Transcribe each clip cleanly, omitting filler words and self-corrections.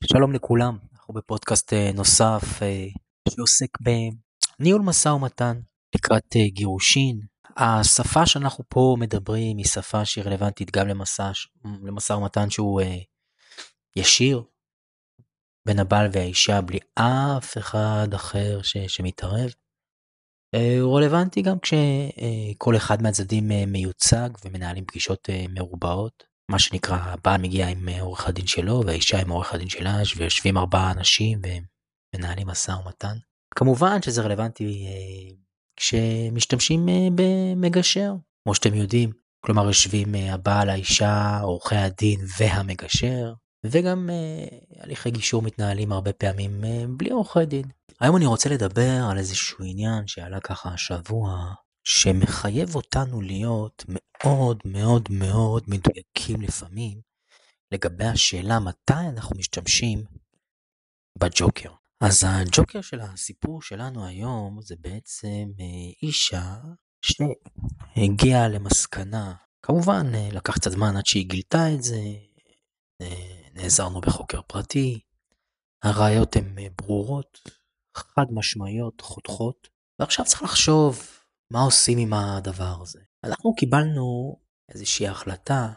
שלום לכולם, אנחנו בפודקאסט נוסף שעוסק בניהול משא ומתן לקראת גירושין. השפה שאנחנו פה מדברים היא שפה שהיא רלוונטית גם למשא ומתן שהוא ישיר בין הבעל והאישה בלי אף אחד אחר שמתערב. הוא רלוונטי גם כשכל אחד מהצדדים מיוצג ומנהלים פגישות מרובעות. מה שנקרא, הבעל מגיע עם עורך הדין שלו והאישה עם עורך הדין שלה, ויושבים 4 אנשים ומנהלים משא ומתן. כמובן שזה רלוונטי כשמשתמשים במגשר, כמו שאתם יודעים. כלומר, יושבים הבעל, האישה, עורכי הדין והמגשר, וגם הליכי גישור מתנהלים הרבה פעמים בלי עורכי דין. היום אני רוצה לדבר על איזשהו עניין שעלה ככה השבוע, שמחייב אותנו להיות מאוד מאוד מאוד מדויקים לפעמים, לגבי השאלה מתי אנחנו משתמשים בג'וקר. אז הג'וקר של הסיפור שלנו היום זה בעצם אישה שהגיעה למסקנה, כמובן לקח קצת זמן עד שהיא גילתה את זה, נעזרנו בחוקר פרטי, הראיות הן ברורות, חד משמעיות, חותכות, ועכשיו צריך לחשוב מה עושים עם הדבר הזה. אנחנו קיבלנו איזושהי החלטה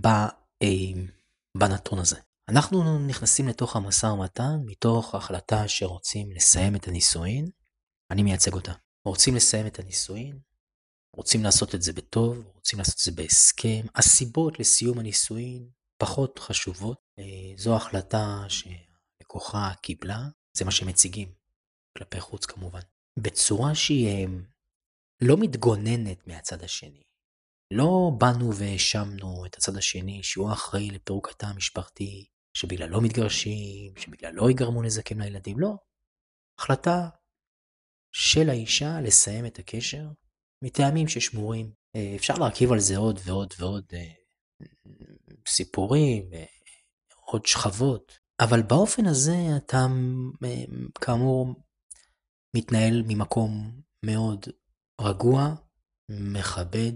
בנתון הזה. אנחנו נכנסים לתוך המשא ומתן מתוך החלטה שרוצים לסיים את הנישואין. אני מייצג אותה. רוצים לסיים את הנישואין, רוצים לעשות את זה בטוב, רוצים לעשות את זה בהסכם. הסיבות לסיום הנישואין פחות חשובות. זו החלטה שלקוחה קיבלה, זה מה שמציגים כלפי חוץ כמובן. בצורה שהיא לא מתגוננת מהצד השני. לא באנו והאשמנו את הצד השני שהוא אחראי לפירוק התא המשפחתי, שבגלל לא מתגרשים, שבגלל לא ייגרמו נזקים לילדים, לא. החלטה של האישה לסיים את הקשר מטעמים ששמורים. אפשר להרכיב על זה עוד ועוד ועוד סיפורים, עוד שכבות, אבל באופן הזה אתה כאמור מתנהל ממקום מאוד רגוע, מכבד,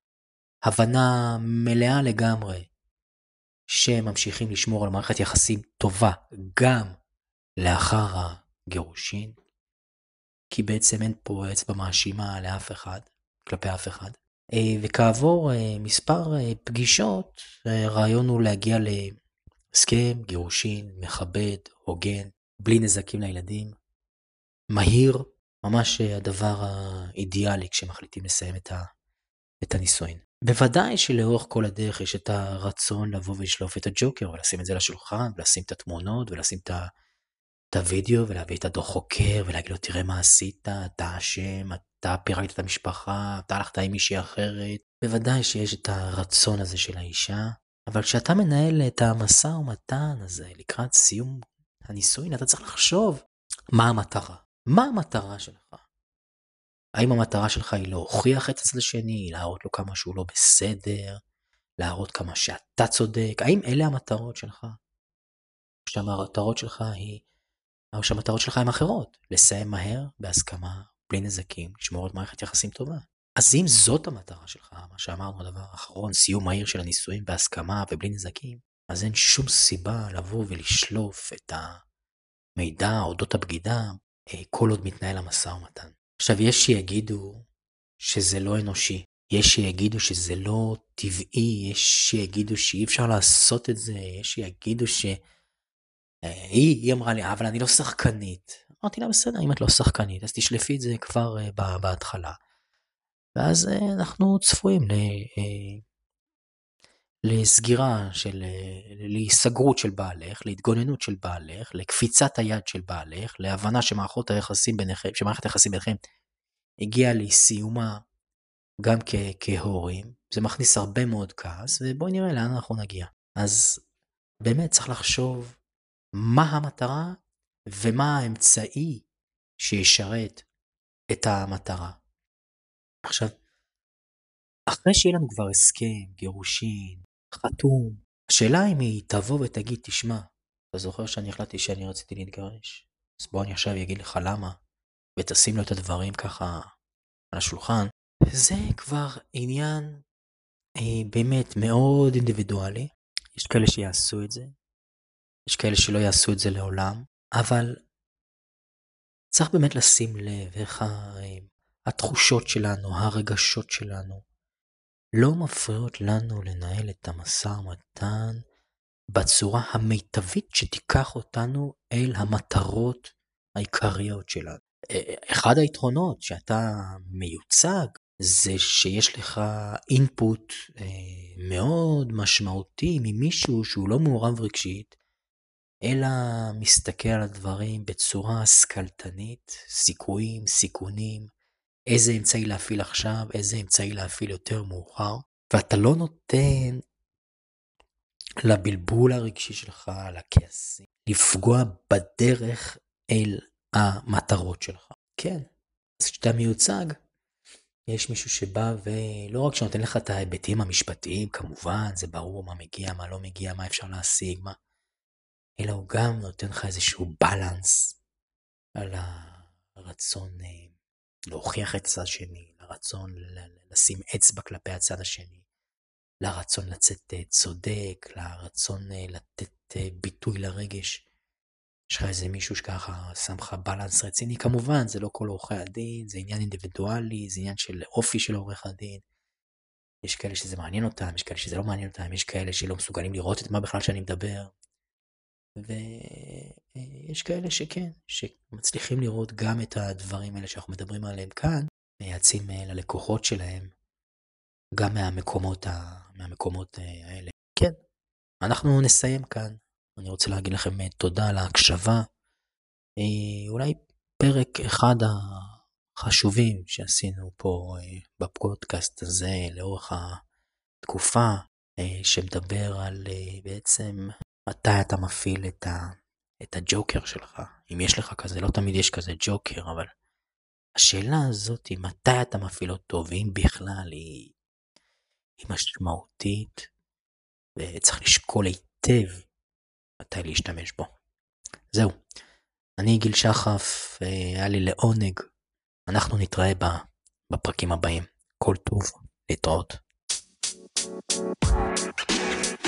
הבנה מלאה לגמרי שממשיכים לשמור על מערכת יחסים טובה גם לאחר הגירושין, כי בעצם אין פה אצבע מאשימה לאף אחד, כלפי אף אחד. וכעבור מספר פגישות, הרעיון הוא להגיע להסכם גירושין מכבד, הוגן, בלי נזקים לילדים, מהיר, ממש הדבר האידיאלי כשמחליטים לסיים את הנישואין. בוודאי שלאורך כל הדרך יש את הרצון לבוא ולשלוף את הג'וקר, ולשים את זה לשולחן, ולשים את התמונות, ולשים את הוידאו, ולהביא את הדוח חוקר, ולהגיד לו, תראה מה עשית, אתה אשם, אתה פירקת את המשפחה, אתה הלכת עם מישהי אחרת. בוודאי שיש את הרצון הזה של האישה, אבל כשאתה מנהל את המשא ומתן הזה לקראת סיום הנישואין, אתה צריך לחשוב מה המטרה. מה המטרה שלך? האם המטרה שלך היא להוכיח את הצד השני, להראות לו כמה שהוא לא בסדר, להראות כמה שאתה צודק? האם אלה המטרות שלך? שהמטרות שלך הן אחרות, לסיים מהר, בהסכמה, בלי נזקים, לשמור על מערכת יחסים טובה. אז אם זאת המטרה שלך, מה שאמרנו הדבר האחרון, סיום מהיר של הנישואים בהסכמה ובלי נזקים, אז אין שום סיבה לבוא ולשלוף את המידע אודות הבגידה, כל עוד מתנהל המשא ומתן. עכשיו, יש שיגידו שזה לא אנושי, יש שיגידו שזה לא טבעי, יש שיגידו שאי אפשר לעשות את זה, יש שיגידו היא אמרה לי, אבל אני לא שחקנית. אמרתי לה, בסדר, אם את לא שחקנית, אז תשלפי את זה כבר בהתחלה. ואז אנחנו צפויים לסגירה להיסגרות של בעלך, להתגוננות של בעלך, לקפיצת היד של בעלך, להבנה שמערכת היחסים ביניכם הגיעה לסיומה גם כהורים. זה מכניס הרבה מאוד כעס, ובואי נראה לאן אנחנו נגיע. אז באמת צריך לחשוב מה המטרה ומה האמצעי שישרת את המטרה. עכשיו, אחרי שיהיה לנו כבר הסכם, גירושין, חתום, השאלה אם היא תבוא ותגיד, תשמע, אתה זוכר שאני החלטתי שאני רציתי להתגרש? אז בוא אני עכשיו אגיד לך למה, ותשים לו את הדברים ככה על השולחן. זה כבר עניין באמת מאוד אינדיבידואלי. יש כאלה שיעשו את זה, יש כאלה שלא יעשו את זה לעולם, אבל צריך באמת לשים לב איך התחושות שלנו, הרגשות שלנו, לא מפריעות לנו לנהל את המשא ומתן בצורה המיטבית שתיקח אותנו אל המטרות העיקריות שלנו. אחד היתרונות שאתה מיוצג זה שיש לך אינפוט מאוד משמעותי ממישהו שהוא לא מעורב רגשית, אלא מסתכל על הדברים בצורה השכלתנית, סיכויים, סיכונים, איזה אמצעי להפעיל עכשיו, איזה אמצעי להפעיל יותר מאוחר, ואתה לא נותן לבלבול הרגשי שלך, לכעסים, לפגוע בדרך אל המטרות שלך. כן, אז כשאתה מיוצג, יש מישהו שבא ולא רק שנותן לך את ההיבטים המשפטיים, כמובן, זה ברור מה מגיע, מה לא מגיע, מה אפשר להשיג, אלא הוא גם נותן לך איזשהו בלנס על הרצון להוכיח את הצד השני, לרצון לשים אצבע כלפי הצד השני, לרצון לצאת צודק, לרצון לתת ביטוי לרגש. יש לך איזה מישהו שככה שם לך בלנס רציני, כמובן זה לא כל עורכי הדין, זה עניין אינדיבידואלי, זה עניין של אופי של עורך הדין. יש כאלה שזה מעניין אותם, יש כאלה שזה לא מעניין אותם, יש כאלה שלא מסוגלים לראות את מה בכלל שאני מדבר. ויש כאלה שכן, שמצליחים לראות גם את הדברים האלה שאנחנו מדברים עליהם כאן, מייעצים ללקוחות שלהם, גם מהמקומות האלה. כן, אנחנו נסיים כאן. אני רוצה להגיד לכם תודה על ההקשבה. אולי פרק אחד החשובים שעשינו פה בפודקאסט הזה לאורך התקופה, שמדבר על בעצם מתי אתה מפעיל את הג'וקר שלך. אם יש לך כזה, לא תמיד יש כזה ג'וקר, אבל השאלה הזאת, מתי אתה מפעיל אותו, ואם בכלל היא משמעותית, וצריך לשקול היטב מתי להשתמש בו. זהו. אני גיל שחף, היה לי לעונג. אנחנו נתראה בפרקים הבאים. כל טוב, להתראות.